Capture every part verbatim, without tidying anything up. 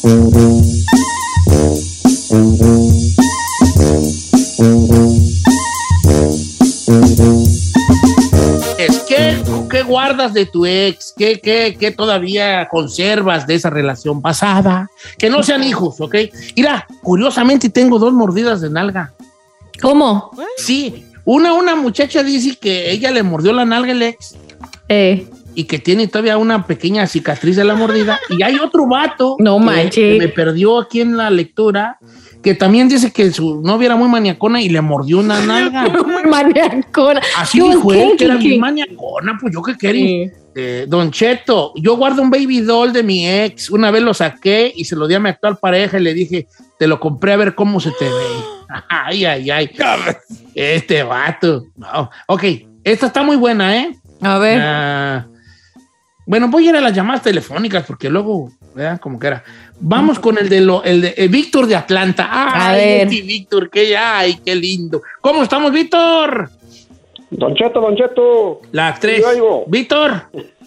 ¿Qué, ¿Qué guardas de tu ex? ¿Qué, qué, ¿Qué todavía conservas de esa relación pasada? Que no sean hijos, ¿ok? Mira, curiosamente tengo dos mordidas de nalga. ¿Cómo? Sí, una, una muchacha dice que ella le mordió la nalga al ex. Eh. Y que tiene todavía una pequeña cicatriz de la mordida. Y hay otro vato no que, manches. que me perdió aquí en la lectura, que también dice que su novia era muy maniacona y le mordió una nalga. Muy maniacona. Así dijo él, que era muy maniacona. Pues yo qué quería. Sí. Eh, Don Cheto, yo guardo un baby doll de mi ex. Una vez lo saqué y se lo di a mi actual pareja y le dije, te lo compré a ver cómo se te ve. Ay, ay, ay. Este vato. No. Ok, esta está muy buena, ¿eh? A ver. Uh, bueno, voy a ir a las llamadas telefónicas porque luego, ¿verdad? Como que era. Vamos con el de, lo, el de eh, Víctor de Atlanta. Ay, a ver. Este Víctor, qué, ay, qué lindo. ¿Cómo estamos, Víctor? Don Cheto, Don Cheto. Las tres. Víctor.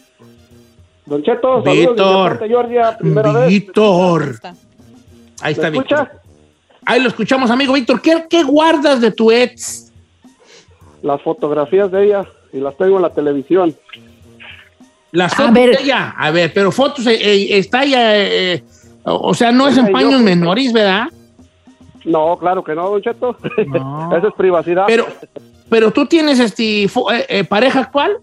Don Cheto, Víctor. De Georgia, primera Víctor. Vez. Ahí está, ¿Me Víctor. escucha? Ahí lo escuchamos, amigo Víctor. ¿Qué, ¿Qué guardas de tu ex? Las fotografías de ella y las tengo en la televisión. Las fotos de ella. A ver, pero fotos, eh, eh, está ella, eh, o sea, no es en paños yo, menores, ¿verdad? No, claro que no, Don Cheto. No. Eso es privacidad. Pero, pero tú tienes este, eh, eh, pareja actual.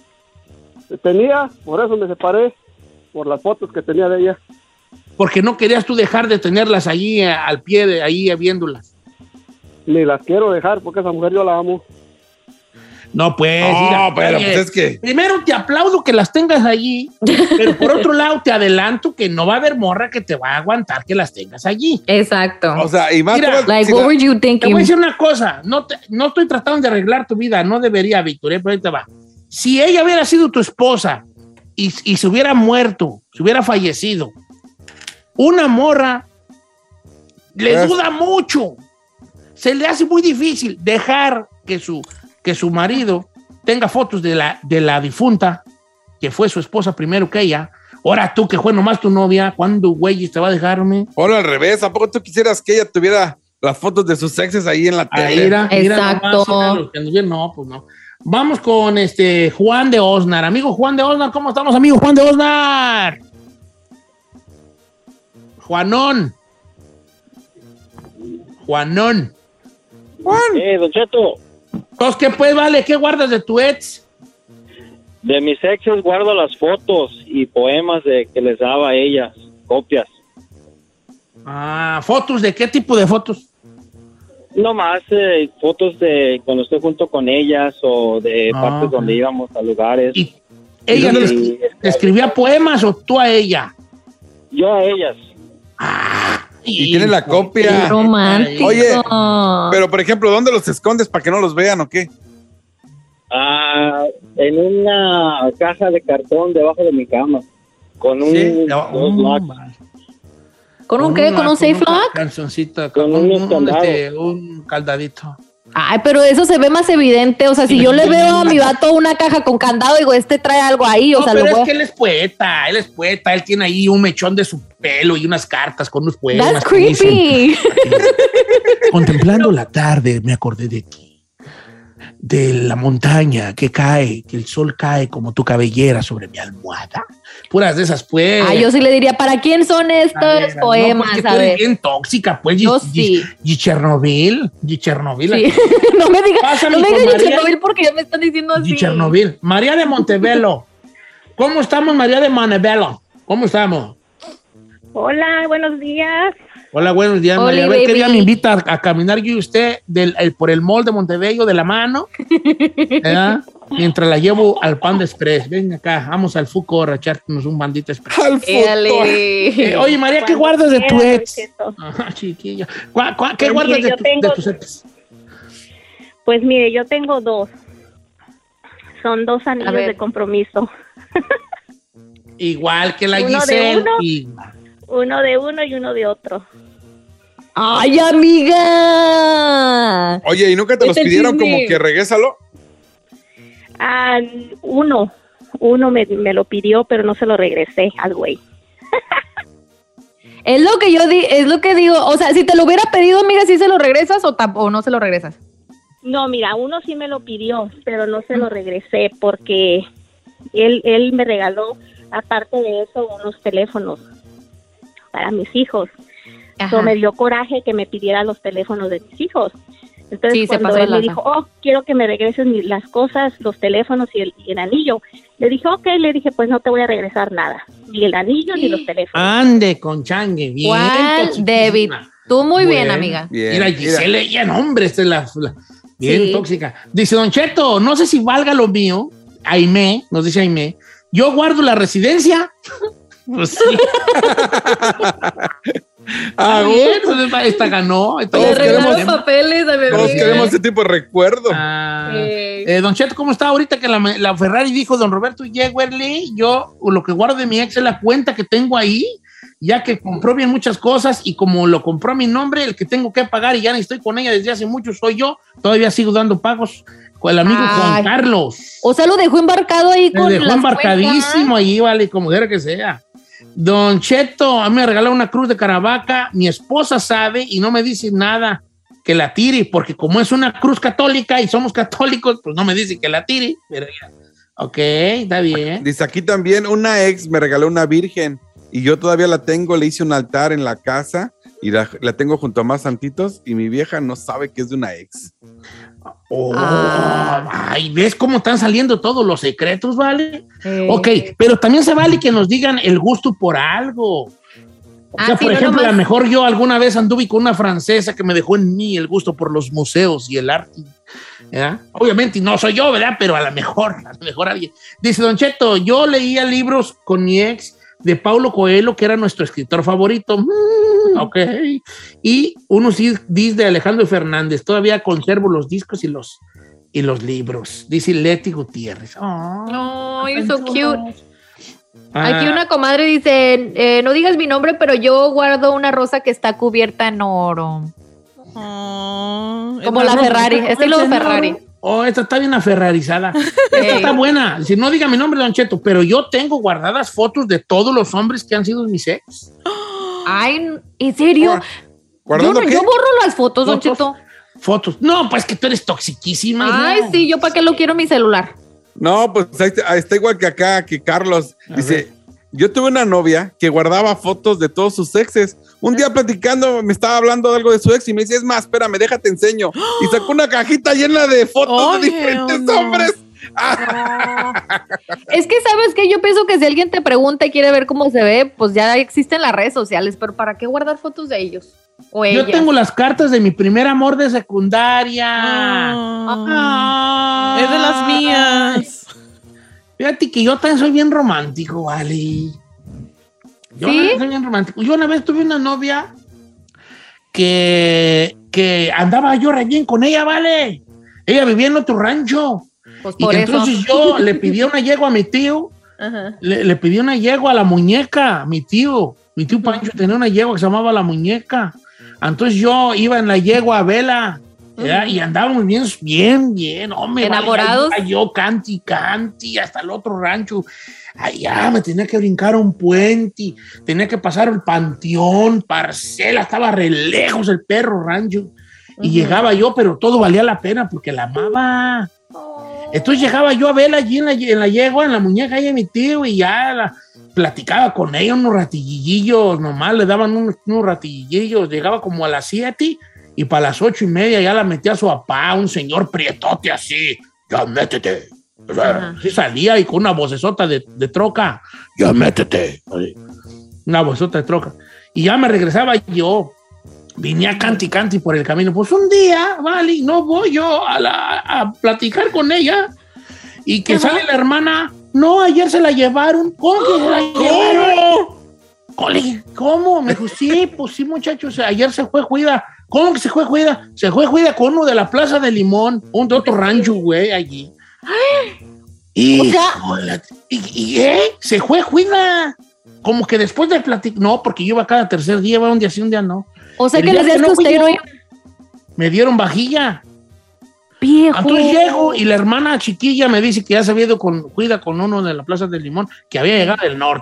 Tenía, por eso me separé, por las fotos que tenía de ella. Porque no querías tú dejar de tenerlas allí eh, al pie de ahí viéndolas. Ni las quiero dejar porque esa mujer yo la amo. No, pues. No, mira, pero oye, pues es que. Primero te aplaudo que las tengas allí, pero por otro lado te adelanto que no va a haber morra que te va a aguantar que las tengas allí. Exacto. O sea, y más. Mira, like, what were you thinking? Te voy a decir una cosa. No, te, no estoy tratando de arreglar tu vida. No debería, Víctor. ¿eh? Pero ahí te va. Si ella hubiera sido tu esposa y, y se hubiera muerto, se hubiera fallecido, una morra le Es... duda mucho. Se le hace muy difícil dejar que su, que su marido tenga fotos de la, de la difunta, que fue su esposa primero que ella. Ahora tú, que fue nomás tu novia, ¿cuándo, güey, te va a dejarme? Ahora al revés, ¿a poco tú quisieras que ella tuviera las fotos de sus exes ahí en la tele? Ahí era, exacto. Mira nomás, mira, no, pues no. Vamos con este Juan de Osnar. Amigo Juan de Osnar, ¿cómo estamos, amigo Juan de Osnar? Juanón. Juanón. Juan. Eh, Don Cheto. Entonces, ¿qué pues, vale? ¿Qué guardas de tu ex? De mis exes guardo las fotos y poemas de que les daba a ellas, copias. Ah, ¿fotos? ¿De qué tipo de fotos? No más eh, fotos de cuando estoy junto con ellas o de ah, partes donde íbamos a lugares. ¿Y ella le y, escribía poemas o tú a ella? Yo a ellas. Ah, y, y tiene la copia. Romántico. Oye, pero por ejemplo, ¿dónde los escondes para que no los vean o qué? Ah, en una caja de cartón debajo de mi cama. Con un ¿sí? dos um, locks. ¿Con un qué? ¿Con un safe lock? Cancioncita, con, con un, un, este, un caldadito. Ay, pero eso se ve más evidente. O sea, si yo le veo a mi vato una caja con candado, digo, este trae algo ahí. O no, sea, pero lo es voy... que él es poeta, él es poeta, él tiene ahí un mechón de su pelo y unas cartas con unos poemas. That's creepy. Dicen, contemplando la tarde, me acordé de ti. De la montaña que cae, que el sol cae como tu cabellera sobre mi almohada. Puras de esas, pues. Ah, yo sí le diría, ¿para quién son estos ver, poemas? No, porque a tú ver. eres bien tóxica, pues. Yo y, sí. Y Chernobyl. Y Chernobyl. Sí. no me digas Pásame no me con digas María, Chernobyl porque ya me están diciendo así. Y Chernobyl. María de Montebello. ¿Cómo estamos, María de Montebello? ¿Cómo estamos? Hola, buenos días. Hola, buenos días, Hola, María. A ver, baby. ¿qué día me invita a, a caminar yo y usted del, el, por el mall de Montebello de la mano? ¿Verdad? Mientras la llevo al Panda Express. Venga acá, vamos al Fucor a echarnos un bandito express. Al Fucor. Eh, oye, María, ¿qué guardas de tu ex? Ajá, chiquilla. ¿Cu cu ¿Qué pues guardas mire, de, tu, tengo, de tus ex? Pues mire, yo tengo dos. Son dos anillos de compromiso. Igual que la uno Giselle. De uno, y... uno de uno y uno de otro. ¡Ay, amiga! Oye, ¿y nunca te los pidieron como que regrésalo? Ah, uno. Uno me, me lo pidió, pero no se lo regresé al güey. Es lo que yo di, es lo que digo. O sea, si te lo hubiera pedido, amiga, ¿sí se lo regresas o, o no se lo regresas? No, mira, uno sí me lo pidió, pero no se lo regresé porque él, él me regaló, aparte de eso, unos teléfonos para mis hijos. So, me dio coraje que me pidiera los teléfonos de mis hijos. Entonces, sí, cuando él me dijo, oh, quiero que me regreses mi, las cosas, los teléfonos y el, y el anillo, le dije, ok, le dije, pues no te voy a regresar nada, ni el anillo sí. ni los teléfonos. Ande, con changue, bien. ¿Cuál, David? Tú muy bueno, bien, amiga. Bien, mira, Giselle, ella, no, hombre, esta es la, la bien sí. tóxica. Dice, Don Cheto, no sé si valga lo mío, Aimé, nos dice Aimé, yo guardo la residencia. Pues sí. Ah, bien, pues esta ganó. Todos queremos papeles, todos queremos ese tipo de recuerdo. Ah, eh. Eh, Don Cheto, ¿cómo está ahorita que la, la Ferrari dijo Don Roberto Yewerly? Yo lo que guardo de mi ex es la cuenta que tengo ahí, ya que compró bien muchas cosas y como lo compró a mi nombre, el que tengo que pagar y ya no estoy con ella desde hace mucho soy yo. Todavía sigo dando pagos con el amigo Ay. Juan Carlos. O sea, lo dejó embarcado ahí con Lo dejó embarcadísimo ahí, vale, como quiera que sea. Don Cheto, a mí me regaló una cruz de Caravaca, mi esposa sabe y no me dice nada que la tire, porque como es una cruz católica y somos católicos, pues no me dice que la tire, pero ya. Ok, está bien. Dice aquí también, una ex me regaló una virgen y yo todavía la tengo, le hice un altar en la casa y la, la tengo junto a más santitos y mi vieja no sabe que es de una ex. Oh, ah. Ay, ¿ves cómo están saliendo todos los secretos, vale? Eh. Ok, pero también se vale que nos digan el gusto por algo. O ah, sea, sí, por no ejemplo, a lo mejor yo alguna vez anduve con una francesa que me dejó en mí el gusto por los museos y el arte. ¿Ya? Obviamente no soy yo, ¿verdad? Pero a lo mejor, a lo mejor alguien. Dice Don Cheto, yo leía libros con mi ex de Paulo Coelho, que era nuestro escritor favorito. Mm, ok. Y unos C Ds de Alejandro Fernández. Todavía conservo los discos y los, y los libros. Dice Leti Gutiérrez. Oh, oh you're so cute. Ah. Aquí una comadre dice, eh, no digas mi nombre, pero yo guardo una rosa que está cubierta en oro. Oh, como la Ferrari, estilo de Ferrari. Oh, esta está bien aferrarizada. Esta está buena. Si no diga mi nombre, Don Cheto, pero yo tengo guardadas fotos de todos los hombres que han sido mis ex. Ay, ¿en serio? ¿Guardando yo, qué? Yo borro las fotos, Don Cheto. Fotos. No, pues que tú eres toxiquísima. Ay, no. sí, yo para qué lo quiero en mi celular. No, pues ahí está, está igual que acá, que Carlos. A dice, ver. Yo tuve una novia que guardaba fotos de todos sus exes. Un día platicando, me estaba hablando de algo de su ex y me dice, es más, espérame, déjate enseño. Y sacó una cajita llena de fotos oh, de diferentes no. hombres. No. Es que, ¿sabes qué? Yo pienso que si alguien te pregunta y quiere ver cómo se ve, pues ya existen las redes sociales, pero ¿para qué guardar fotos de ellos? O Yo tengo las cartas de mi primer amor de secundaria. Oh. Ah. Es de las mías. Fíjate que yo también soy bien romántico, vale. Yo ¿Sí? soy bien romántico. Yo una vez tuve una novia que, que andaba yo re bien con ella, vale. Ella vivía en otro rancho. Pues y por entonces eso. yo le pedí una yegua a mi tío. Uh-huh. le, le pedí una yegua a la muñeca, mi tío. Mi tío Pancho tenía una yegua que se llamaba La Muñeca. Entonces yo iba en la yegua a vela. Uh-huh. Y andábamos bien, bien, bien, hombre. ¿Enamorados? Vale, yo canti, canti, hasta el otro rancho. Allá me tenía que brincar un puente, tenía que pasar el panteón, parcela, estaba re lejos el perro rancho. Uh-huh. Y llegaba yo, pero todo valía la pena porque la amaba. Oh. Entonces llegaba yo a verla allí en la, en la yegua, en la muñeca ahí de mi tío, y ya la, platicaba con ella unos ratillillos, nomás le daban unos, unos ratillillos. Llegaba como a las siete y para las ocho y media ya la metía a su papá, un señor prietote así. Ya métete. O sea, uh-huh. sí salía y con una vocesota de, de troca. Ya métete. Una vocesota de troca. Y ya me regresaba yo. Venía canti canti por el camino. Pues un día, vale, no voy yo a, la, a platicar con ella. Y que sale la hermana. No, ayer se la llevaron. ¿Cómo que se la llevaron? ¿Cómo? ¿Cómo? Me dijo, sí, pues sí, muchachos. Ayer se fue Juida. ¿Cómo que se fue Juida? Se fue Juida con uno de la Plaza de Limón. Un de otro rancho, güey, allí. Y, o sea, y, y ¿eh? Se fue Juida. Como que después de platicar. No, porque yo iba cada tercer día, iba un día sí, un día no. O sea, el que les días que usted no iba. Me dieron vajilla. Viejo. Entonces llego y la hermana chiquilla me dice que ya se había ido con Juida con uno de la Plaza del Limón, que había llegado del norte.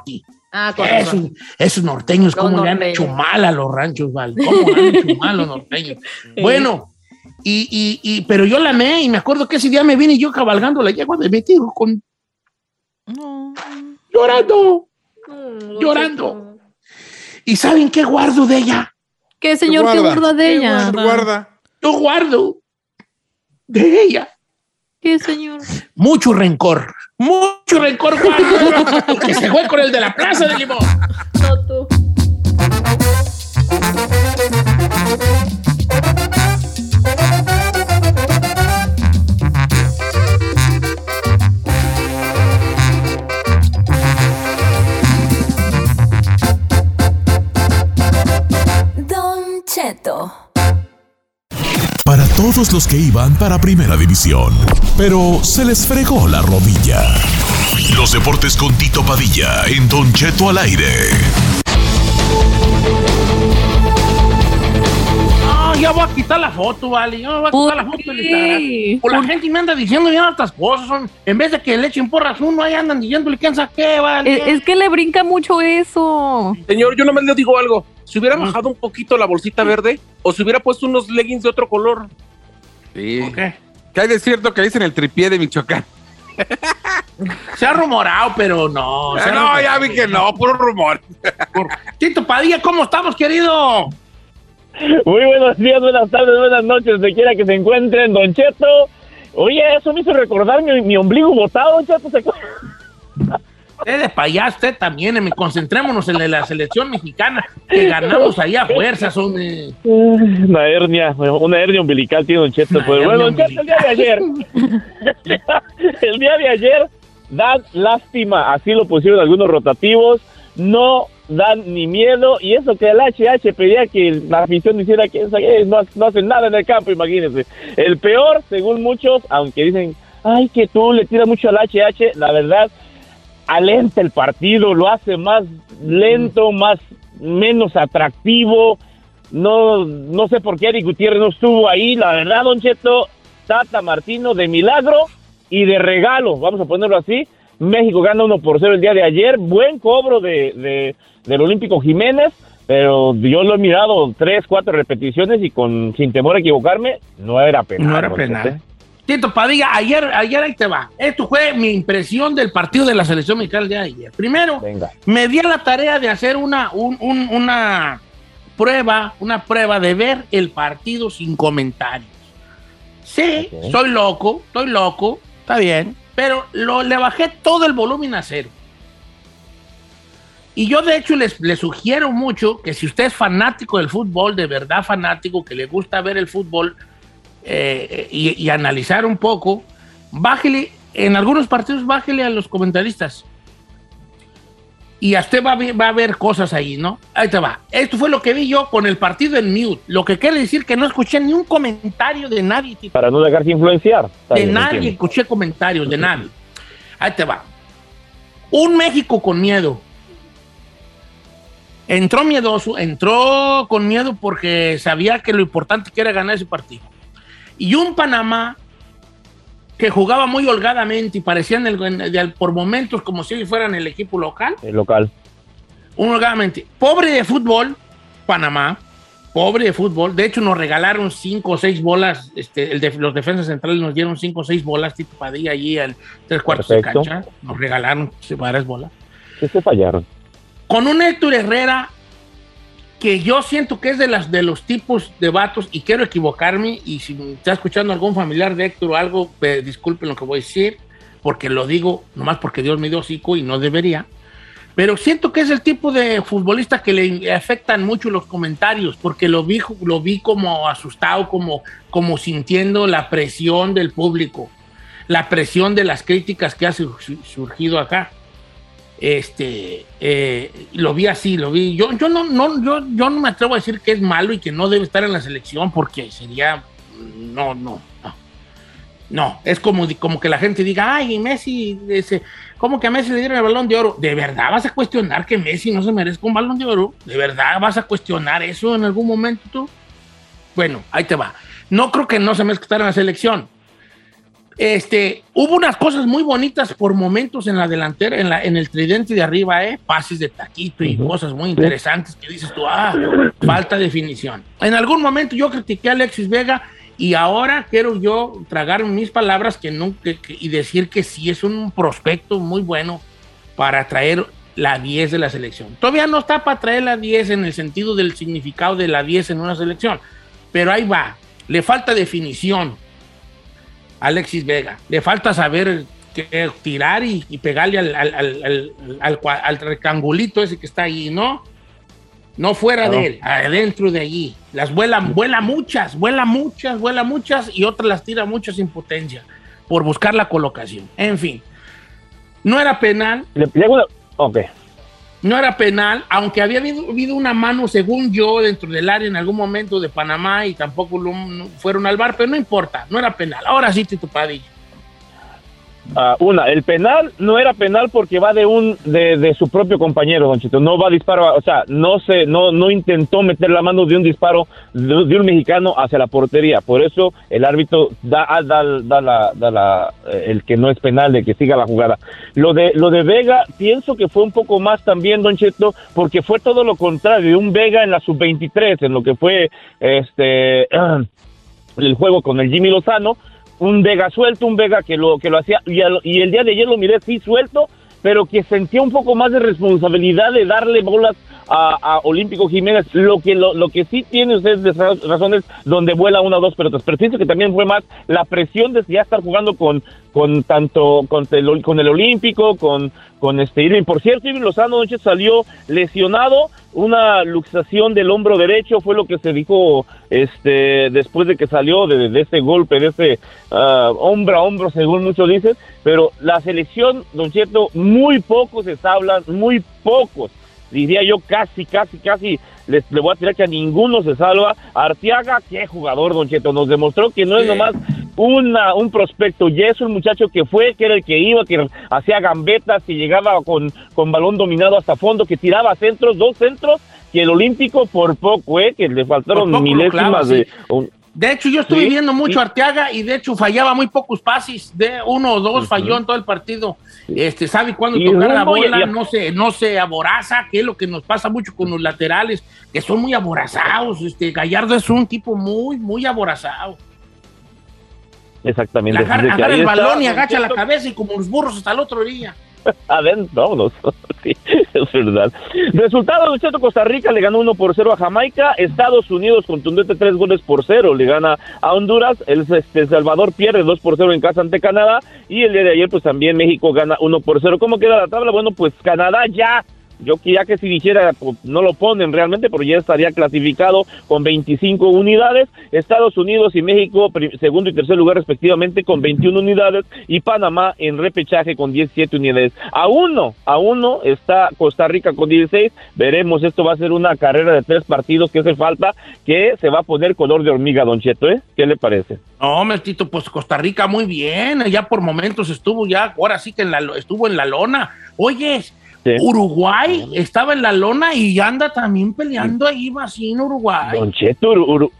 Ah, con esos, esos norteños, Los ¿cómo norteños. le han hecho mal a los ranchos, Val? ¿Cómo le han hecho mal a los norteños? Bueno, y, y, y, pero yo la amé y me acuerdo que ese día me vine yo cabalgando la yegua de mi tío con... No. Llorando, Mm, llorando. ¿Y saben qué guardo de ella? ¿Qué, señor? ¿Qué Guarda. guarda de ella? Guarda. Guarda. Yo guardo de ella ¿Qué, señor? mucho rencor. Mucho rencor guardo. Porque se fue con el de la Plaza de Limón. No, tú. Don Cheto. Para todos los que iban para Primera División, pero se les fregó la rodilla. Los deportes con Tito Padilla en Don Cheto al aire. No, ya voy a quitar la foto, vale. Ya voy a quitar la foto del Instagram. Por la gente me anda diciendo ya otras cosas. Son, en vez de que le echen porras uno, ahí andan diciéndole quién sabe qué, vale. Es, es que le brinca mucho eso. Señor, yo nomás le digo algo. Si hubiera bajado un poquito la bolsita verde o si hubiera puesto unos leggings de otro color. Sí. Okay. ¿Qué hay de cierto que dicen el tripié de Michoacán? Se ha rumorado, pero no. Ah, se ha no, rumorado. ya vi que no, puro rumor. Tito Padilla, ¿cómo estamos, querido? Muy buenos días, buenas tardes, buenas noches, donde quiera que se encuentren, Don Cheto. Oye, eso me hizo recordar mi, mi ombligo botado, Don Cheto. ¿Se acuerda? Ustedes para allá, usted también. eh, Concentrémonos en la selección mexicana, que ganamos ahí a fuerzas. Son, eh. Una hernia, una hernia umbilical tiene Don Cheto. Una Pues bueno, Don hernia Cheto, el día de ayer, el día de ayer, dan lástima, así lo pusieron algunos rotativos, no dan ni miedo, y eso que el H H pedía que la afición hiciera que no, no hacen nada en el campo, imagínense. El peor, según muchos, aunque dicen, ay, que tú le tiras mucho al H H, la verdad, alenta el partido, lo hace más lento, más menos atractivo. No, no sé por qué Eric Gutiérrez no estuvo ahí, la verdad, Don Cheto. Tata Martino de milagro y de regalo, vamos a ponerlo así. México gana uno por cero el día de ayer, buen cobro de, de del Olímpico Jiménez, pero yo lo he mirado tres, cuatro repeticiones y con sin temor a equivocarme, no era penal. No era penal. Tito Padilla, ayer, ayer ahí te va. Esto fue mi impresión del partido de la selección mexicana el día de ayer. Primero, Venga. me di a la tarea de hacer una, un, un, una prueba, una prueba de ver el partido sin comentarios. Sí, Okay. soy loco, estoy loco, está bien, pero lo, le bajé todo el volumen a cero. Y yo, de hecho, les, les sugiero mucho que si usted es fanático del fútbol, de verdad fanático, que le gusta ver el fútbol, Eh, y, y analizar un poco, bájele, en algunos partidos bájele a los comentaristas y a usted va a, ver, va a ver cosas ahí, ¿no? Ahí te va. Esto fue lo que vi yo con el partido en mute, lo que quiere decir que no escuché ni un comentario de nadie, tipo, Para no dejarse influenciar. Está de bien, nadie entiendo. escuché comentarios, de nadie. Ahí te va. Un México con miedo. Entró miedoso, entró con miedo porque sabía que lo importante que era ganar ese partido. Y un Panamá que jugaba muy holgadamente y parecían el, el, por momentos como si fueran el equipo local. El local. Un holgadamente. Pobre de fútbol, Panamá. Pobre de fútbol. De hecho, nos regalaron cinco o seis bolas. Este, el de, los defensas centrales nos dieron cinco o seis bolas. Tito Padilla allí al tres cuartos Perfecto. de cancha. Nos regalaron varias bolas. ¿Qué se fallaron? Con un Héctor Herrera que yo siento que es de, las, de los tipos de vatos, y quiero equivocarme, y si me está escuchando algún familiar de Héctor o algo, eh, disculpen lo que voy a decir, porque lo digo nomás porque Dios me dio hocico y no debería, pero siento que es el tipo de futbolista que le afectan mucho los comentarios, porque lo vi, lo vi como asustado, como, como sintiendo la presión del público, la presión de las críticas que ha surgido acá. Este, eh, lo vi así, lo vi. Yo, yo, no, no, yo, yo no me atrevo a decir que es malo y que no debe estar en la selección porque sería. No, no, no. No, es como, como que la gente diga, ay, Messi, ese, ¿cómo que a Messi le dieron el Balón de Oro? ¿De verdad vas a cuestionar que Messi no se merezca un Balón de Oro? ¿De verdad vas a cuestionar eso en algún momento tú? Bueno, ahí te va. No creo que no se merezca estar en la selección. Este, hubo unas cosas muy bonitas por momentos en la delantera, en, la, en el tridente de arriba, ¿eh? Pases de taquito y uh-huh. cosas muy interesantes que dices tú, ah, falta definición. En algún momento yo critiqué a Alexis Vega y ahora quiero yo tragar mis palabras que no, que, que, y decir que sí es un prospecto muy bueno para traer la diez de la selección. Todavía no está para traer la diez en el sentido del significado de la diez en una selección, pero ahí va. Le falta definición. Alexis Vega, le falta saber que, tirar y, y pegarle al, al, al, al, al, al rectangulito ese que está ahí, ¿no? No fuera no. de él, adentro de allí. Las vuela, vuela muchas, vuela muchas, vuela muchas y otras las tira muchas sin potencia por buscar la colocación. En fin, no era penal. Le, le, ok. No era penal, aunque había habido, habido una mano, según yo, dentro del área en algún momento de Panamá y tampoco lo, no, fueron al bar, pero no importa, no era penal. Ahora sí, Tito Padilla. Uh, una, el penal no era penal porque va de un de, de su propio compañero, Don Chito. No va a disparo, o sea, no se, no, no intentó meter la mano de un disparo de, de un mexicano hacia la portería. Por eso el árbitro da, da, da, la, da la, el que no es penal, de que siga la jugada. Lo de, lo de Vega, pienso que fue un poco más también, Don Cheto, porque fue todo lo contrario, de un Vega en la sub veintitrés, en lo que fue este uh, el juego con el Jimmy Lozano. Un Vega suelto, un Vega que lo que lo hacía, y, al, y el día de ayer lo miré sí suelto, pero que sentía un poco más de responsabilidad de darle bolas a, a Olímpico Jiménez. Lo que lo, lo que sí tiene usted de razones donde vuela una o dos pelotas, pero pienso que también fue más la presión de ya estar jugando con con tanto con el, con el Olímpico, con con este Irving. Por cierto, Irving Lozano anoche salió lesionado, una luxación del hombro derecho fue lo que se dijo este después de que salió de, de ese golpe, de ese uh, hombro a hombro, según muchos dicen. Pero la selección, Don Cheto, muy pocos se hablan, muy pocos. Diría yo casi, casi, casi, les, le voy a tirar que a ninguno se salva. Arteaga, qué jugador, Don Cheto, nos demostró que no es nomás una, un prospecto, ya es un muchacho que fue, que era el que iba, que hacía gambetas, que llegaba con, con balón dominado hasta fondo, que tiraba centros, dos centros, que el Olímpico por poco, eh, que le faltaron poco, milésimas claro, sí. de... Un, De hecho, yo estuve ¿Sí? viendo mucho a Arteaga y de hecho fallaba muy pocos pases, de uno o dos uh-huh. falló en todo el partido. Este, sabe cuándo tocar la bola, y... no se, no se aboraza, que es lo que nos pasa mucho con los laterales, que son muy aborazados. Este, Gallardo es un tipo muy, muy aborazado. Exactamente. Agarra, agarra el balón y agacha la cabeza y como los burros hasta el otro día. Adentro, vámonos. Sí, es verdad. Resultado, Don Cheto, Costa Rica le ganó uno por cero a Jamaica. Estados Unidos, contundente tres goles por cero, le gana a Honduras. El, este, El Salvador pierde dos por cero en casa ante Canadá. Y el día de ayer, pues también México gana uno por cero. ¿Cómo queda la tabla? Bueno, pues Canadá ya... Yo ya que si dijera, pues, no lo ponen realmente, pero ya estaría clasificado con veinticinco unidades. Estados Unidos y México, segundo y tercer lugar respectivamente, con veintiuna unidades. Y Panamá en repechaje con diecisiete unidades. A uno, a uno está Costa Rica con dieciséis. Veremos, esto va a ser una carrera de tres partidos que hace falta, que se va a poner color de hormiga, Don Cheto, ¿eh? ¿Qué le parece? No, Tito, pues Costa Rica muy bien. Ya por momentos estuvo ya, ahora sí que en la, estuvo en la lona. Oye... Sí. Uruguay estaba en la lona y anda también peleando ahí así en Uruguay. Don Cheto, Uru, Uru,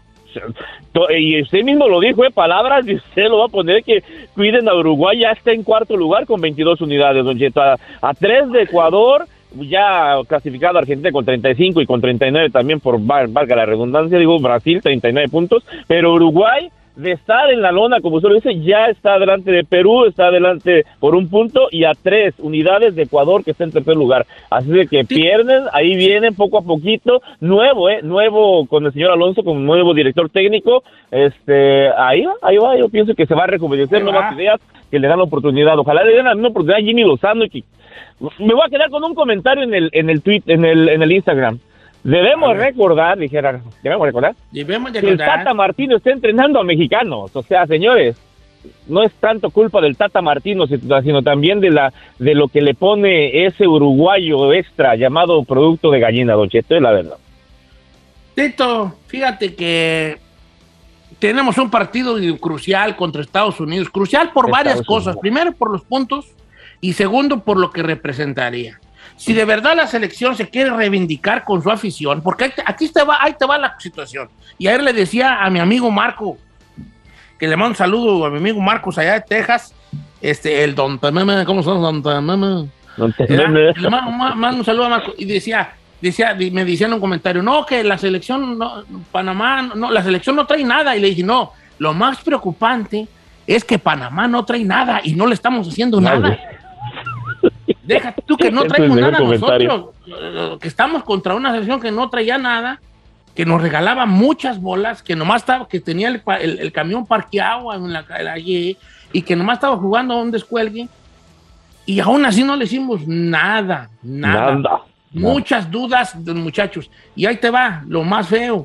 y usted mismo lo dijo, eh, palabras, y usted lo va a poner, que cuiden a Uruguay, ya está en cuarto lugar con veintidós unidades, Don Cheto, a, a tres de Ecuador, ya clasificado Argentina con treinta y cinco y con treinta y nueve también, por valga la redundancia, digo Brasil, treinta y nueve puntos, pero Uruguay, de estar en la lona, como usted lo dice, ya está delante de Perú, está delante por un punto y a tres unidades de Ecuador, que está en tercer lugar. Así de que sí. pierden, ahí vienen poco a poquito, nuevo, eh, nuevo con el señor Alonso, como nuevo director técnico, este, ahí va, ahí va, yo pienso que se va a rejuvenecer, nuevas ideas que le dan la oportunidad, ojalá le den la misma oportunidad a Jimmy Lozano, y que... me voy a quedar con un comentario en el, en el tweet, en el, en el Instagram. Debemos recordar, dijera, debemos recordar, debemos de que el Tata Martino está entrenando a mexicanos. O sea, señores, no es tanto culpa del Tata Martino, sino también de la de lo que le pone ese uruguayo extra llamado producto de gallina, Don Cheto, es la verdad. Tito, fíjate que tenemos un partido crucial contra Estados Unidos, crucial por Estados varias cosas. Unidos. Primero, por los puntos, y segundo, por lo que representaría. Si de verdad la selección se quiere reivindicar con su afición, porque aquí te va, ahí te va la situación. Y ayer le decía a mi amigo Marco, que le mando un saludo a mi amigo Marcos allá de Texas, este, el Don Tameme, ¿cómo son Don Tameme? Le mando, mando un saludo a Marcos y decía, decía, me decían en un comentario, no, que la selección, no, Panamá, no, la selección no trae nada, y le dije, no, lo más preocupante es que Panamá no trae nada y no le estamos haciendo nada. nada. Deja tú que no traemos nada nosotros, que estamos contra una selección que no traía nada, que nos regalaba muchas bolas, que nomás estaba, que tenía el, el, el camión parqueado en la calle y que nomás estaba jugando a un descuelgue, y aún así no le hicimos nada, nada. nada. Muchas nada. dudas de los muchachos. Y ahí te va, lo más feo.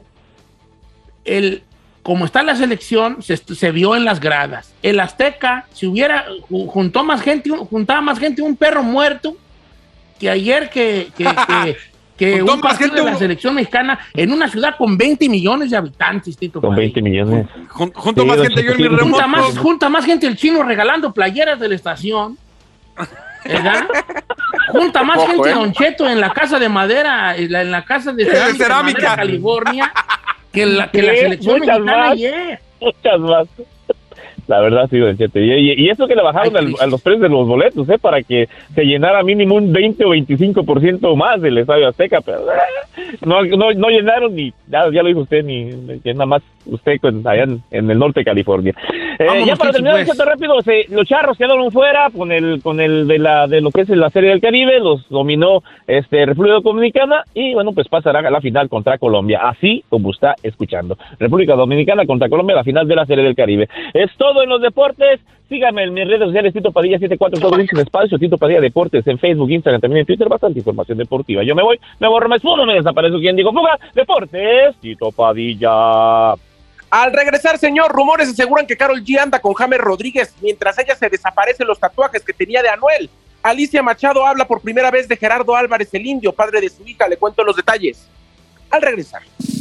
El, como está la selección, se, se vio en las gradas. El Azteca, si hubiera, juntó más gente, juntaba más gente, un perro muerto, que ayer que... que, que que un partido de la selección mexicana en una ciudad con veinte millones de habitantes, Tito. Con veinte millones. Junto, junto sí, más gente yo en mi remoto. Junta más, junta más gente el Chino regalando playeras de la estación. ¿Verdad? Junta más Ojo, gente eh. Don Cheto en la casa de madera, en la, en la casa de cerámica, de cerámica. De madera, California, que la, que la selección Muchas mexicana más. ayer. Muchas más. La verdad, sí, Don Cheto. Y, y, y eso que le bajaron Ay, al, a los precios de los boletos, ¿eh? Para que se llenara mínimo un veinte o veinticinco por ciento más del Estadio Azteca, pero eh, no, no, no llenaron ni, ya, ya lo dijo usted, ni nada más usted con, allá en, en el norte de California. Eh, ya para terminar, Don Cheto, rápido, se, los Charros quedaron fuera con el con el de la de lo que es la Serie del Caribe, los dominó este República Dominicana y bueno, pues pasará a la final contra Colombia, así como está escuchando. República Dominicana contra Colombia, la final de la Serie del Caribe. Es todo en los deportes. Síganme en mis redes sociales, Tito Padilla setenta y cuatro, todo en espacio, Tito Padilla Deportes, en Facebook, Instagram, también en Twitter, bastante información deportiva. Yo me voy, me borro, me esfumo, me desaparezco. ¿Quién digo fuga? Deportes, Tito Padilla. Al regresar, señor, rumores aseguran que Karol G anda con James Rodríguez mientras ella se desaparecen los tatuajes que tenía de Anuel. Alicia Machado habla por primera vez de Gerardo Álvarez, el indio, padre de su hija. Le cuento los detalles al regresar.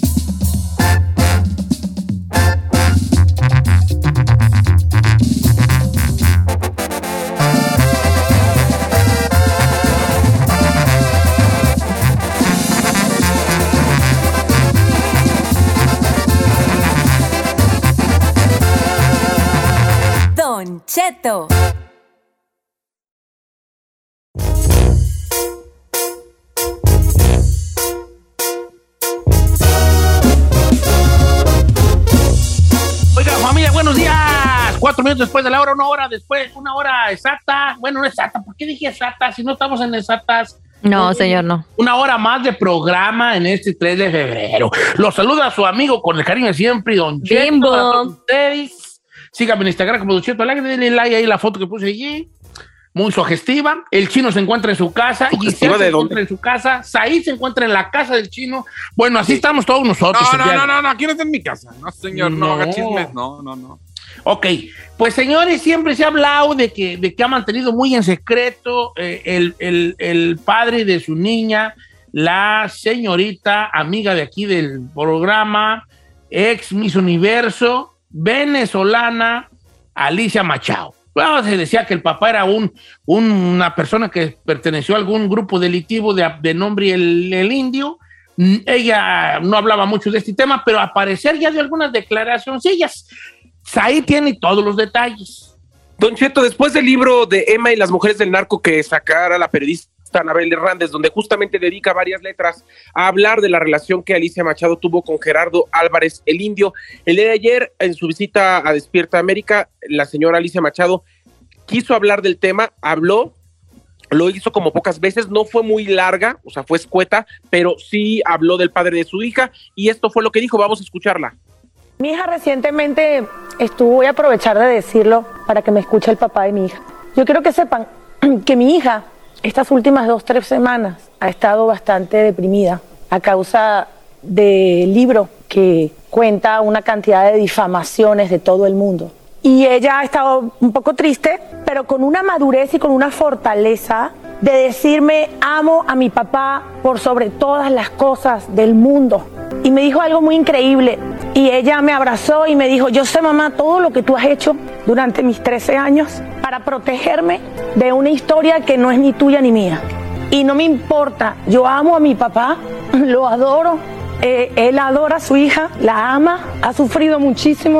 Don Cheto. Oiga, familia, buenos días. Cuatro minutos después de la hora, una hora después, una hora exacta. Bueno, no exacta. ¿Por qué dije exacta? Si no estamos en exactas. No, no, señor, no. Una hora más de programa en este tres de febrero. Los saluda a su amigo con el cariño de siempre, Don Cheto. Bimbo. Para todos ustedes. Síganme en Instagram como Don Cheto. Denle like ahí la foto que puse allí. Muy sugestiva. El Chino se encuentra en su casa. Giselle se encuentra en su casa. Said se encuentra en la casa del Chino. Bueno, así sí. Estamos todos nosotros. No, no, no, no, no, aquí no está en mi casa. No, señor, no, no haga chismes. No, no, no. Ok, pues señores, siempre se ha hablado de que, de que ha mantenido muy en secreto eh, el, el, el padre de su niña, la señorita amiga de aquí del programa, ex Miss Universo, venezolana, Alicia Machado. Bueno, se decía que el papá era un, un, una persona que perteneció a algún grupo delictivo de, de nombre el, el Indio. Ella no hablaba mucho de este tema, pero al parecer ya dio algunas declaraciones. Ahí tiene todos los detalles. Don Cheto, después del libro de Emma y las mujeres del narco que sacara la periodista Anabel Hernández, donde justamente dedica varias letras a hablar de la relación que Alicia Machado tuvo con Gerardo Álvarez, el indio, el día de ayer, en su visita a Despierta América, la señora Alicia Machado quiso hablar del tema, habló, lo hizo como pocas veces, no fue muy larga, o sea, fue escueta, pero sí habló del padre de su hija, y esto fue lo que dijo. Vamos a escucharla. Mi hija recientemente estuvo, voy a aprovechar de decirlo para que me escuche el papá de mi hija. Yo quiero que sepan que mi hija estas últimas dos, tres semanas ha estado bastante deprimida a causa del libro que cuenta una cantidad de difamaciones de todo el mundo. Y ella ha estado un poco triste, pero con una madurez y con una fortaleza de decirme: amo a mi papá por sobre todas las cosas del mundo. Y me dijo algo muy increíble, y ella me abrazó y me dijo: yo sé, mamá, todo lo que tú has hecho durante mis trece años para protegerme de una historia que no es ni tuya ni mía. Y no me importa, yo amo a mi papá, lo adoro, eh, él adora a su hija, la ama, ha sufrido muchísimo,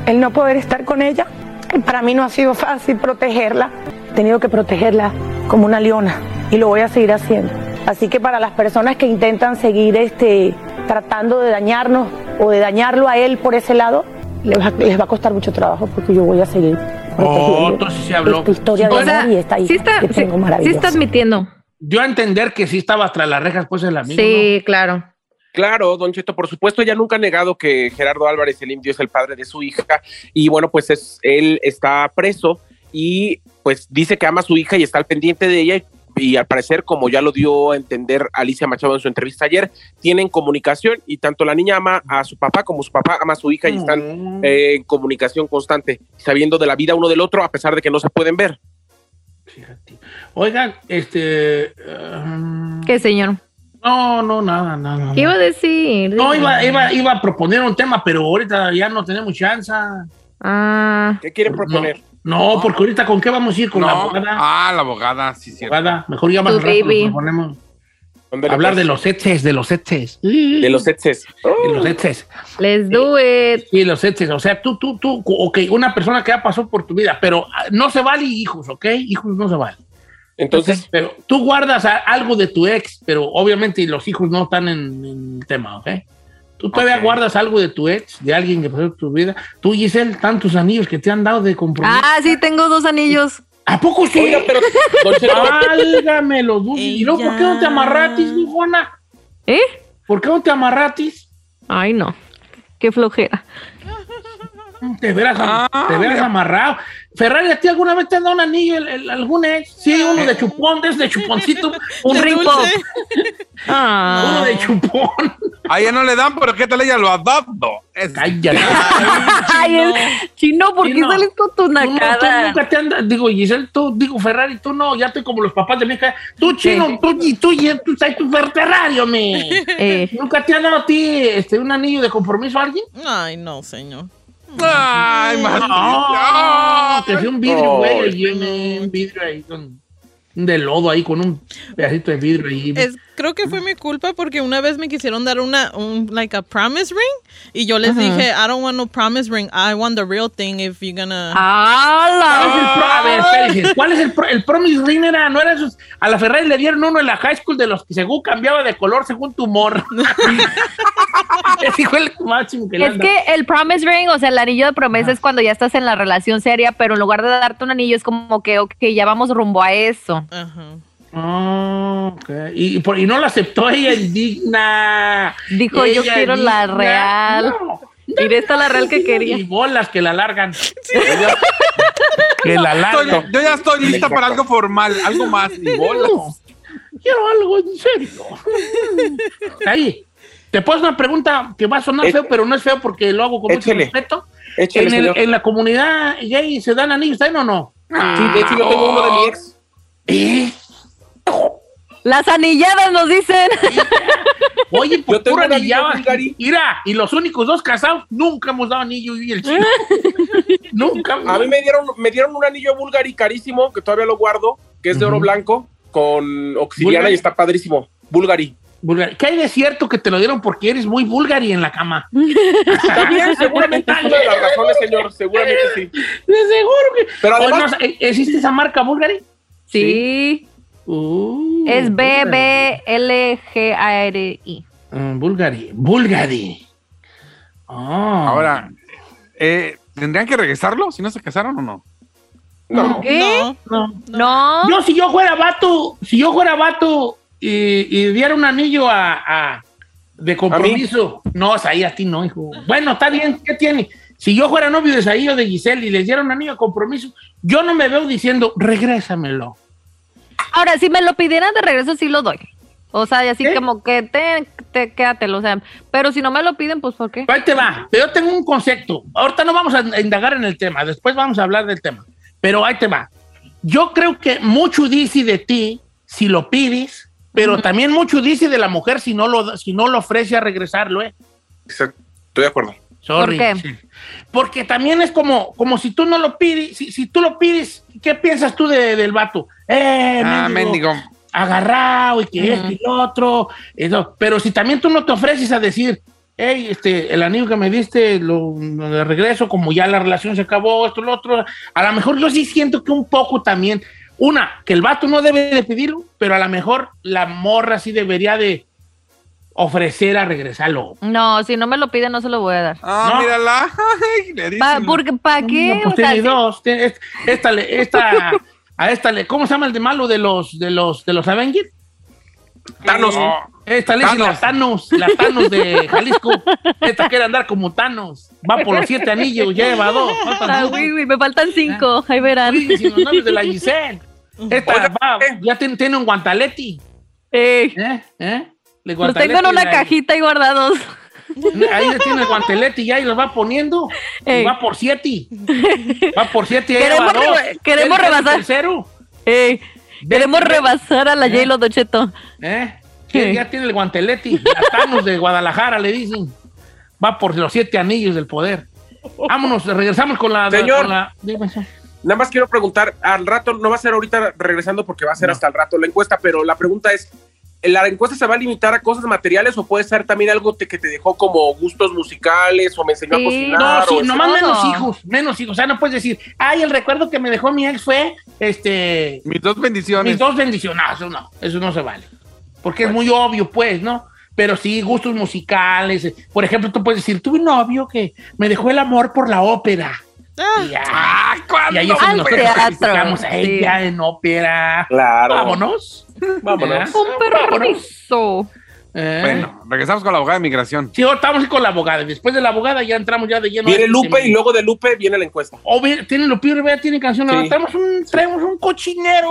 el no poder estar con ella. Para mí no ha sido fácil protegerla. He tenido que protegerla como una leona y lo voy a seguir haciendo. Así que para las personas que intentan seguir este, tratando de dañarnos o de dañarlo a él por ese lado, les va, les va a costar mucho trabajo porque yo voy a seguir protegiendo oh, entonces sí habló. esta historia de amor y esta hija sí está, que tengo sí, maravillosa. Sí está admitiendo. Dio a entender que sí estaba tras las rejas, pues el amigo. Sí, ¿no? claro. Claro, Don Cheto, por supuesto, ella nunca ha negado que Gerardo Álvarez el Indio es el padre de su hija y bueno, pues es, él está preso y pues dice que ama a su hija y está al pendiente de ella y, y al parecer, como ya lo dio a entender Alicia Machado en su entrevista ayer, tienen comunicación y tanto la niña ama a su papá como su papá ama a su hija y están mm. eh, en comunicación constante, sabiendo de la vida uno del otro a pesar de que no se pueden ver. Fíjate. Oigan, este... Um... ¿Qué, señor? No, no, nada, nada. ¿Qué iba a decir? No, iba, iba, iba a proponer un tema, pero ahorita ya no tenemos chance. Ah. ¿Qué quiere proponer? No, no, porque ahorita ¿con qué vamos a ir? ¿Con no. la abogada? Ah, la abogada, sí, sí. Abogada, mejor ya más rato lo proponemos. Hablar de los exes, de los exes. De los exes. De los exes. Let's do it. Sí, los exes. O sea, tú, tú, tú, ok, una persona que ya pasó por tu vida, pero no se vale hijos, ¿ok? Hijos no se vale. Entonces, pero tú guardas a, algo de tu ex, pero obviamente los hijos no están en, en el tema, ¿ok? Tú todavía okay. guardas algo de tu ex, de alguien que pasó por tu vida. Tú, Giselle, tantos anillos que te han dado de compromiso. Ah, sí, tengo dos anillos. ¿A poco sí? Oiga, pero... Válgame los dulces. ¿Y luego por qué no te amarratis, mi Juana? ¿Eh? ¿Por qué no te amarratis? Ay, no. Qué flojera. Te verás, ah, te verás amarrado. Ferrari, ¿a ti alguna vez te han dado un anillo, el, el, algún ex? Sí, uno de chupón, de, de chuponcito. Un rico. Ah. Uno de chupón. A ella no le dan, pero ¿qué tal ella lo ha dado? Es... Cállate. Ay, el chino, ¿por qué Chino, sales con tu nacada? Tú, tú nunca te andas, digo, Giselle, tú, digo, Ferrari, tú no, ya estoy como los papás de mi hija. Tú, Chino, sí. tú, y tú, y tú, estás tu Ferrari, me. Eh. ¿Nunca te han dado a ti este, un anillo de compromiso a alguien? Ay, no, señor. Ay, más. No, que sea un vidrio, güey, oh, un vidrio ahí con de lodo ahí con un pedacito de vidrio ahí. Es, creo que fue mi culpa porque una vez me quisieron dar una un like a promise ring y yo les uh-huh. dije I don't want no promise ring, I want the real thing if you're gonna. Ah, ¿cuál es el pro? A ver, espérense, ¿cuál es el pro? El promise ring era, no era esos, a la Ferrari le dieron uno en la high school de los que según cambiaba de color según tu humor. Es el máximo que le Es que el promise ring, o sea, el anillo de promesa ah. es cuando ya estás en la relación seria, pero en lugar de darte un anillo es como que ok, ya vamos rumbo a eso. Uh-huh. Oh, okay. y, por, y no lo aceptó ella indigna. Dijo ella yo quiero indigna. La real. No, no, y esta la real que quería. Y bolas que la largan. Sí. Que la largan. Yo ya estoy lista para algo formal, algo más. Y bolas. No, quiero algo en serio. Ahí. Te puedo hacer una pregunta que va a sonar feo, pero no es feo porque lo hago con mucho respeto. Échale, en, el, en la comunidad gay se dan anillos, ¿saben o no? Ah, sí, de hecho yo tengo uno de mi ex. ¿Eh? Las anilladas nos dicen. Oye, por pura anillada. Mira, y los únicos dos casados nunca hemos dado anillo y el chino. Nunca. A mí me dieron, me dieron un anillo Bulgari carísimo, que todavía lo guardo, que es de uh-huh. oro blanco, con obsidiana Bulgari. Y está padrísimo. Bulgari. Bulgari. ¿Qué hay de cierto que te lo dieron porque eres muy Bulgari en la cama? También, seguramente es una de las razones, señor. Seguramente sí. De seguro que. Pero además, no, ¿existe esa marca Bulgari? Sí. Uh, es B B L G A R I. Uh, Bulgari. Bulgari. Oh. Ahora, eh, ¿tendrían que regresarlo si no se casaron o no? No. ¿Qué? No. No. no. Yo, si yo fuera vato, si yo fuera vato y, y diera un anillo a, a de compromiso. No, ahí a ti no, hijo. Bueno, está bien, ¿qué tiene? Si yo fuera novio de Saí o de Giselle y les diera un anillo de compromiso, yo no me veo diciendo, regrésamelo. Ahora, si me lo pidieran de regreso, sí lo doy. O sea, así ¿Eh? como que te, te quédatelo, o sea, pero si no me lo piden, pues ¿por qué? Ahí te va, pero yo tengo un concepto. Ahorita no vamos a indagar en el tema, después vamos a hablar del tema, pero ahí te va. Yo creo que mucho dice de ti si lo pides, pero uh-huh. también mucho dice de la mujer si no lo, si no lo ofrece a regresarlo, ¿eh? Exacto, estoy de acuerdo. Sorry. ¿Por qué? Sí. Porque también es como, como si tú no lo pides, si, si tú lo pides, ¿qué piensas tú de, del vato? Eh, ah, mendigo. Agarrado y que uh-huh. esto y lo otro. Eso. Pero si también tú no te ofreces a decir, hey, este, el anillo que me diste, lo, lo de regreso, como ya la relación se acabó, esto, lo otro. A lo mejor yo sí siento que un poco también, una, que el vato no debe de pedirlo, pero a lo mejor la morra sí debería de ofrecer a regresarlo. No, si no me lo pide, no se lo voy a dar. Ah, ¿No? mírala. Ay, le Pa, dicen. porque, ¿para qué? No, pues O sea, tiene sí. dos. Tiene, esta, esta, le- esta, a esta, le- ¿cómo se llama el de malo de los, de los, de los Avengers? Thanos. Eh, esta le dice la Thanos, la Thanos de Jalisco. Esta quiere andar como Thanos. Va por los siete anillos, lleva dos. faltan Ah, dos. güey, güey, me faltan cinco. Ahí verán. Sí, sin los nombres de la Giselle. Esta Oiga, va, ¿qué? ya tiene, tiene un guantaleti. Ey, ¿Eh? ¿Eh? Le los tengo en una la- cajita ahí guardados. Ahí le tiene el guantelete y ya y los va poniendo. Ey. Y va por siete. Va por siete. y ahí Queremos va dos. reba- queremos ¿Quién es el rebasar. tercero? Ey, queremos ve- rebasar a la ¿Eh? J-Lo, Don Cheto. ¿Eh? Que ya tiene el guantelete. La Thanos de Guadalajara, le dicen. Va por los siete anillos del poder. Vámonos, regresamos con la... Señor. con la- dime eso. Nada más quiero preguntar, al rato, no va a ser ahorita regresando porque va a ser No. hasta el rato la encuesta, pero la pregunta es, ¿la encuesta se va a limitar a cosas materiales o puede ser también algo te- que te dejó como gustos musicales o me enseñó Sí. a cocinar? No, sí, o nomás todo. menos hijos, menos hijos. O sea, no puedes decir, ay, el recuerdo que me dejó mi ex fue, este, Mis dos bendiciones. mis dos bendiciones. No, eso no, eso no se vale. Porque es muy obvio, pues, ¿no? Pero sí, gustos musicales. eh, Por ejemplo, tú puedes decir, tuve un novio que me dejó el amor por la ópera. Ah, Y, ya, Ah, ¿cuándo? y ahí es donde Al nosotros teatro, criticamos a sí. ella en ópera. Claro. Vámonos. Vámonos. ¿Eh? Un permiso. Eh. Bueno, regresamos con la abogada de migración. Sí, ahora estamos con la abogada. Después de la abogada ya entramos ya de lleno. Viene a este Lupe tema. y luego de Lupe viene la encuesta. O bien, tiene Lupillo Rivera, tiene canción. Sí. Ahora traemos un, traemos un cochinero.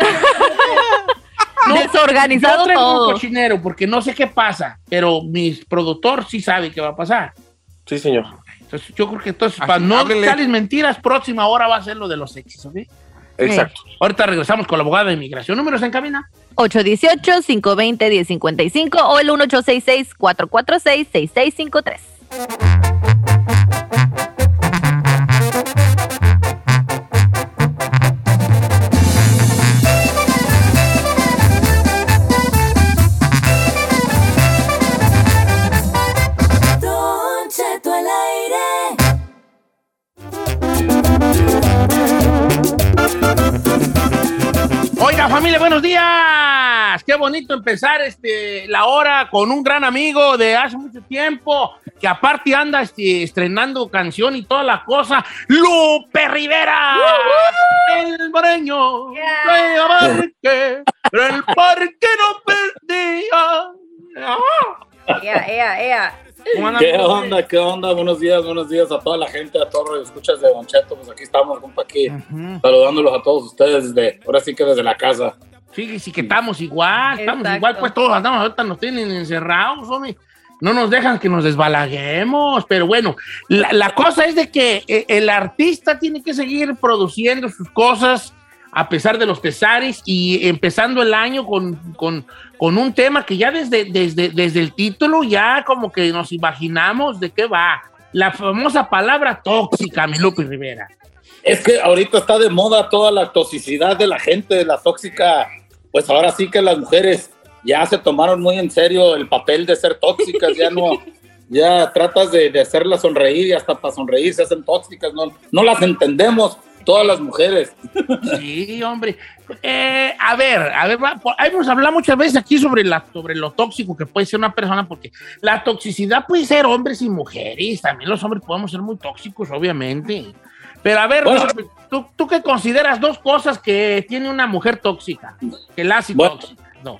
Desorganizado yo traigo todo. un cochinero porque no sé qué pasa, pero mi productor sí sabe qué va a pasar. Sí, señor. Entonces, yo creo que entonces, Así, para no háblele. echarles mentiras, próxima hora va a ser lo de los sexys, ¿ok? Exacto. Ahorita regresamos con la abogada de inmigración. ¿Números en cabina? ocho uno ocho, cinco dos cero, uno cero cinco cinco o el uno ocho seis seis, cuatro cuatro seis, seis seis cinco tres. Don Cheto al aire. Oiga, familia, buenos días. Qué bonito empezar este, la hora con un gran amigo de hace mucho tiempo, que aparte anda este, estrenando canción y toda la cosa. ¡Lupe Rivera! El moreño, yeah. Parque, pero el parque no perdía. Ea, ea, ea. ¿Cómo andan, ¿Qué Lupe? onda? ¿Qué onda? Buenos días, buenos días a toda la gente, a todos los escuchas de Don Cheto. Pues aquí estamos, compa, aquí, Ujú. saludándolos a todos ustedes desde, ahora sí que desde la casa. Sí, sí que estamos igual, estamos Exacto. igual, pues todos andamos, ahorita nos tienen encerrados, hombre. No nos dejan que nos desbalaguemos, pero bueno, la, la cosa es de que eh, el artista tiene que seguir produciendo sus cosas a pesar de los pesares y empezando el año con, con, con un tema que ya desde, desde, desde el título ya como que nos imaginamos de qué va. La famosa palabra tóxica, mi Lupe Rivera. Es que ahorita está de moda toda la toxicidad de la gente, la tóxica. Pues ahora sí que las mujeres ya se tomaron muy en serio el papel de ser tóxicas, ya no, ya tratas de, de hacerlas sonreír y hasta para sonreír se hacen tóxicas, no, no las entendemos todas las mujeres. Sí, hombre. Eh, a ver, a ver, va, por- hemos hablado muchas veces aquí sobre, la, sobre lo tóxico que puede ser una persona, porque la toxicidad puede ser hombres y mujeres, también los hombres podemos ser muy tóxicos, obviamente. Pero a ver, Bueno. ¿tú, ¿tú qué consideras dos cosas que tiene una mujer tóxica? Que la hace Bueno. tóxica. Dos.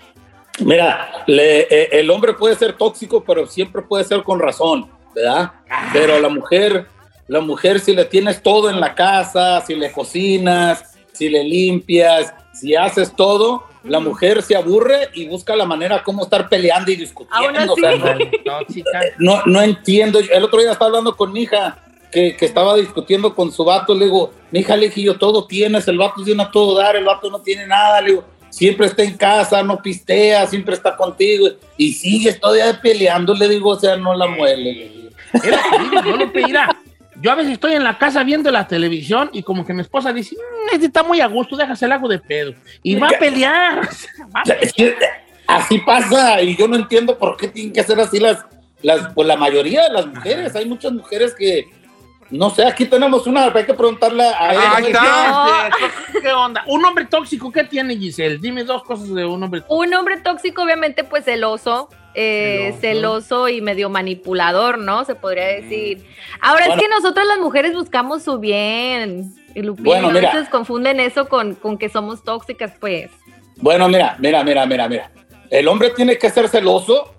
Mira, le- eh, el hombre puede ser tóxico, pero siempre puede ser con razón, ¿verdad? Pero la mujer, la mujer si le tienes todo en la casa, si le cocinas, si le limpias, si haces todo, la mujer se aburre y busca la manera cómo estar peleando y discutiendo. Aún así. O sea, no, Tóxica. no, no entiendo. El otro día estaba hablando con mi hija que, que estaba discutiendo con su vato. Le digo, mi hija, le dije yo, todo tienes, el vato tiene a todo dar, el vato no tiene nada. Le digo, siempre está en casa, no pistea, siempre está contigo. Y sigue todavía peleando, le digo, o sea, no la muele. le digo. Era terrible, yo no te dirá. Yo a veces estoy en la casa viendo la televisión y como que mi esposa dice, mmm, este está muy a gusto, déjaselo hago de pedo. Y va a pelear. Va a O sea, es que así pasa y yo no entiendo por qué tienen que ser así las, las, pues la mayoría de las mujeres, hay muchas mujeres que, no sé, aquí tenemos una, hay que preguntarle a ella. Ahí está. ¿Qué onda? Un hombre tóxico, ¿qué tiene, Giselle? Dime dos cosas de un hombre tóxico. Un hombre tóxico, obviamente, pues celoso, eh, celoso. celoso y medio manipulador, ¿no? Se podría decir. Ahora, bueno, es que nosotras las mujeres buscamos su bien, y Lupillo, bueno, mira, a veces confunden eso con, con que somos tóxicas, pues. Bueno, mira, mira, mira, mira, mira. El hombre tiene que ser celoso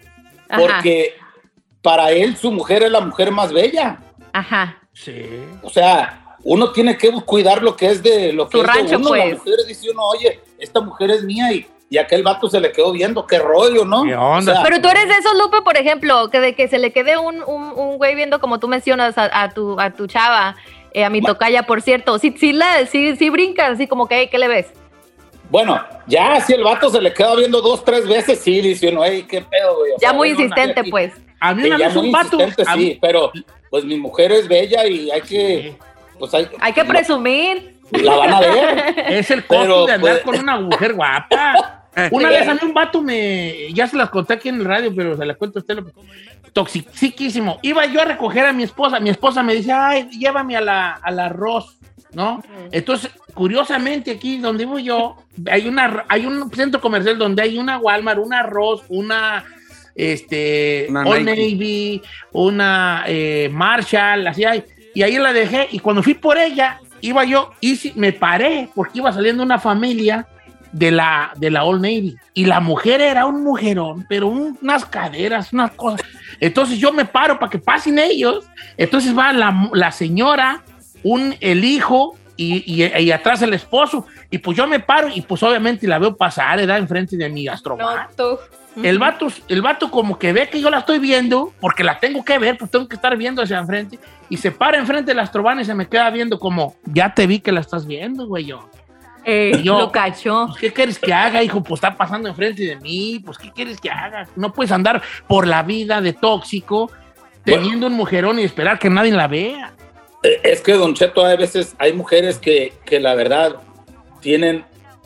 porque Ajá. para él su mujer es la mujer más bella. Ajá. Sí. O sea, uno tiene que cuidar lo que es de lo que Su es rancho, de uno. Pues. La mujer dice uno, oye, esta mujer es mía y, y aquel vato se le quedó viendo, qué rollo, ¿no? ¿Qué onda? O sea, pero tú eres de esos, Lupe, por ejemplo, que de que se le quede un, un, un güey viendo, como tú mencionas, a, a, tu, a tu chava, eh, a mi tocaya, por cierto. Sí, sí, la, sí, sí brincas, así como que, hey, ¿qué le ves? Bueno, ya si el vato se le queda viendo dos, tres veces, sí, dice uno, hey, qué pedo, güey. O ya sea, muy bueno, insistente, aquí, pues. A mí una sí, vez un vato. A sí, mí... pero pues mi mujer es bella y hay que, pues hay, hay que presumir. La van a ver. Es el costo de andar pues... con una mujer guapa. Una sí. vez a mí un vato me, ya se las conté aquí en el radio, pero se las cuento a usted. Lo... Toxiquísimo. Iba yo a recoger a mi esposa. Mi esposa me dice, ay, llévame a la, al arroz, ¿no? Uh-huh. Entonces, curiosamente, aquí donde vivo yo, hay, una, hay un centro comercial donde hay una Walmart, una Ross, una este, una Old Navy, una eh, Marshall, así hay. Y ahí la dejé. Y cuando fui por ella, iba yo y me paré porque iba saliendo una familia de la, de la Old Navy. Y la mujer era un mujerón, pero un, unas caderas, unas cosas. Entonces yo me paro para que pasen ellos. Entonces va la, la señora, un, el hijo y, y, y atrás el esposo. Y pues yo me paro y pues obviamente la veo pasar, ¿verdad? Enfrente de mi Astroman. No, el, vato, el vato como que ve que yo la estoy viendo, porque la tengo que ver, pues tengo que estar viendo hacia enfrente. Y se para enfrente del Astroman y se me queda viendo como, ya te vi que la estás viendo, güey, yo. Eh, yo, lo cachó. Pues, ¿qué quieres que haga, hijo? Pues está pasando enfrente de mí. Pues, ¿qué quieres que haga? No puedes andar por la vida de tóxico teniendo bueno, un mujerón y esperar que nadie la vea. Es que, Don Cheto, hay veces hay mujeres que, que la verdad tienen,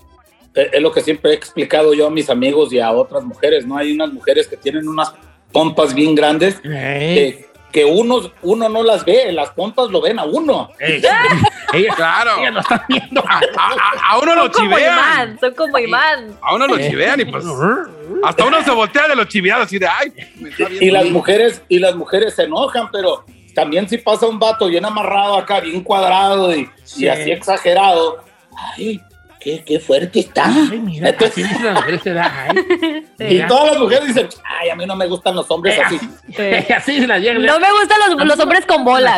es lo que siempre he explicado yo a mis amigos y a otras mujeres, ¿no? Hay unas mujeres que tienen unas pompas bien grandes que, que uno, uno no las ve, las pompas lo ven a uno. Ellas, claro. Ellas lo están viendo. A, a, a uno son lo chivean. Imán, son como imán. A uno lo chivean y pues hasta uno se voltea de los chiveados así de ay. Me está viendo y las bien. mujeres y las mujeres se enojan, pero también si pasa un vato bien amarrado acá, bien cuadrado y, sí. y así exagerado, ay, qué, qué fuerte está. Ay, mira, entonces, así la mujer se da, ay. Y sí, todas las mujeres dicen, ay, a mí no me gustan los hombres así. Sí. Así se la llegan. No me gustan los, los hombres con bolas.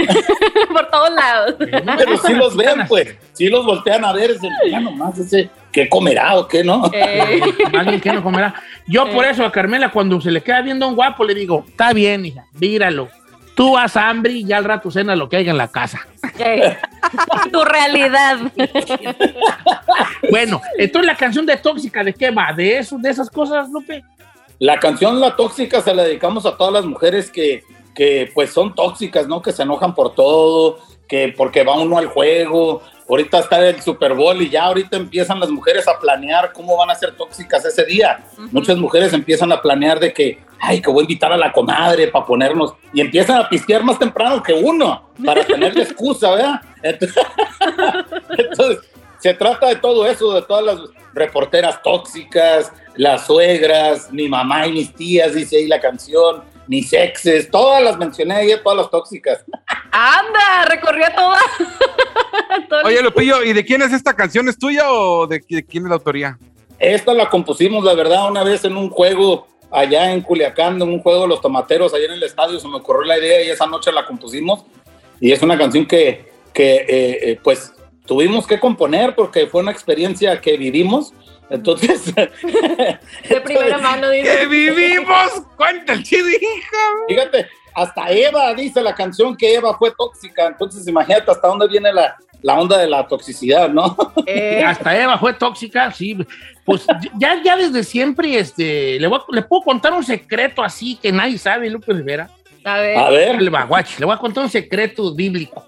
Por todos lados. No, pero sí los ven, pues. Sí los voltean a ver, ese, ya nomás ese, ¿qué comerá o qué no? Eh. Más bien, ¿qué no comerá? Yo eh. por eso a Carmela, cuando se le queda viendo a un guapo, le digo, está bien, hija, míralo. Tú haz hambre y ya al rato cena lo que haya en la casa. Eh, tu realidad. Bueno, entonces la canción de Tóxica, ¿de qué va? ¿De eso, de esas cosas, Lupe? La canción La Tóxica se la dedicamos a todas las mujeres que, que pues son tóxicas, ¿no? Que se enojan por todo, que porque va uno al juego. Ahorita está el Super Bowl y ya ahorita empiezan las mujeres a planear cómo van a ser tóxicas ese día. Uh-huh. Muchas mujeres empiezan a planear de que, ay, que voy a invitar a la comadre para ponernos, y empiezan a pistear más temprano que uno, para tener la excusa, ¿verdad? Entonces, entonces, se trata de todo eso, de todas las reporteras tóxicas, las suegras, mi mamá y mis tías, dice ahí la canción, mis exes, todas las mencioné ahí, todas las tóxicas. ¡Anda! Recorrió todas. Oye, Lupillo, ¿y de quién es esta canción? ¿Es tuya o de, de quién es la autoría? Esta la compusimos, la verdad, una vez en un juego allá en Culiacán, en un juego de los tomateros, allá en el estadio, se me ocurrió la idea y esa noche la compusimos. Y es una canción que, que eh, eh, pues, tuvimos que componer porque fue una experiencia que vivimos. Entonces... de primera mano, dice. ¡Que vivimos! ¡Cuenta el chidija! Fíjate, hasta Eva dice la canción que Eva fue tóxica. Entonces, imagínate hasta dónde viene la, la onda de la toxicidad, ¿no? Eh, hasta Eva fue tóxica, sí. Pues ya, ya desde siempre, este, le, voy a, le puedo contar un secreto así que nadie sabe, Lupe Rivera. A ver. A ver. Le, va, guachi, le voy a contar un secreto bíblico.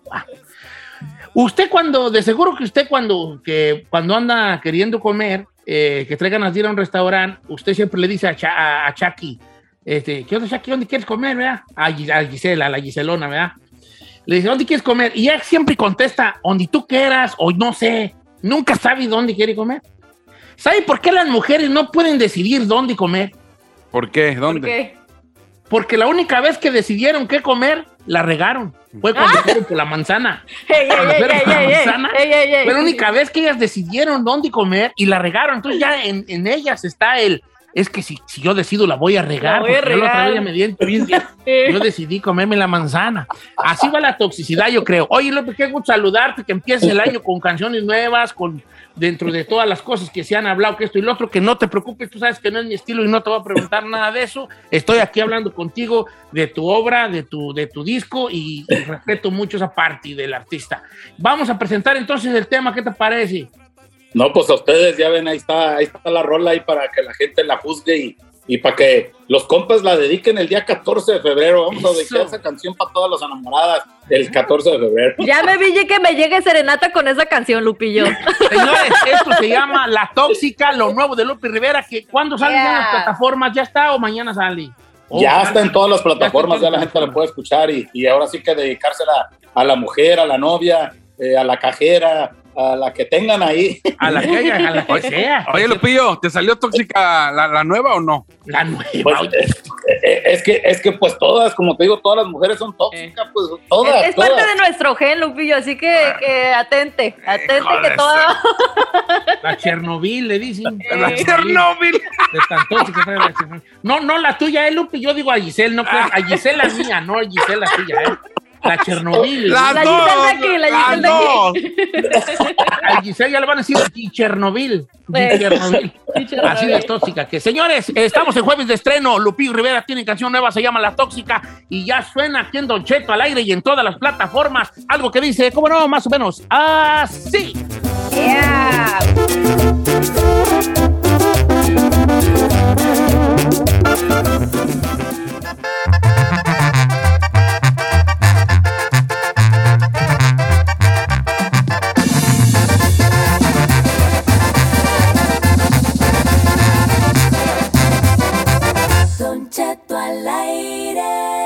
Usted cuando, de seguro que usted cuando, que cuando anda queriendo comer, eh, que traigan a ir a un restaurante, usted siempre le dice a, Cha, a, a Chucky, este, ¿qué onda, Shaki? ¿Dónde quieres comer, verdad? A, a Gisela, a la Giselona, ¿verdad? Le dice, ¿dónde quieres comer? Y ella siempre contesta, donde tú quieras, o no sé. Nunca sabe dónde quiere comer. ¿Sabe por qué las mujeres no pueden decidir dónde comer? ¿Por qué? ¿Dónde? ¿Por qué? Porque la única vez que decidieron qué comer, la regaron. Fue cuando fueron por la manzana. Ey, ey, Cuando ey, fueron ey, por la ey, manzana, ey, ey, ey. fue la única vez que ellas decidieron dónde comer y la regaron. Entonces ya en, en ellas está el... Es que si, si yo decido la voy a regar. La voy a porque yo la otra regar. vez ya me di en Twitter. Yo decidí comerme la manzana. Así va la toxicidad, yo creo. Oye, López, qué gusto saludarte, que empieces el año con canciones nuevas, con dentro de todas las cosas que se han hablado, que esto y lo otro, que no te preocupes, tú sabes que no es mi estilo y no te voy a preguntar nada de eso. Estoy aquí hablando contigo de tu obra, de tu, de tu disco y, y respeto mucho esa parte del artista. Vamos a presentar entonces el tema, ¿qué te parece? No, pues a ustedes ya ven, ahí está, ahí está la rola ahí para que la gente la juzgue y, y para que los compas la dediquen el día catorce de febrero. Vamos Eso. a dedicar esa canción para todas las enamoradas el catorce de febrero. Ya me vi que me llegue serenata con esa canción, Lupillo. Señores, esto se llama La Tóxica, lo nuevo de Lupe Rivera, que ¿cuándo sale Yeah. ya en las plataformas? ¿Ya está o mañana sale? Oh, Ya está en todas las plataformas, ya ya la gente la puede escuchar y, y ahora sí que dedicársela a la mujer, a la novia, eh, a la cajera, a la que tengan ahí. A la que, a la que sea. Oye, Lupillo, ¿te salió tóxica la, la nueva o no? La nueva. Pues, es, es que, es que pues todas, como te digo, todas las mujeres son tóxicas, pues todas. Es, es todas. parte de nuestro gen, Lupillo, así que, que atente, atente Híjole, que toda... La Chernobyl, le dicen. La Chernobyl. De tan tóxica que la Chernobyl. No, no, la tuya, eh, Lupe. Yo digo a Giselle, no creas. A Giselle la mía, no a Giselle la tuya, eh. La Chernobyl. Las La dos, Giselle de aquí, la las Giselle de dos. aquí. A Giselle ya le van a decir Di Chernobyl. Di Sí. Chernobyl. Di Chernobyl. Así de tóxica que. Señores, eh, estamos en jueves de estreno. Lupillo Rivera tiene canción nueva, se llama La Tóxica. Y ya suena aquí en Don Cheto al aire y en todas las plataformas. Algo que dice, ¿cómo no? Más o menos así. Yeah. Don Cheto al aire.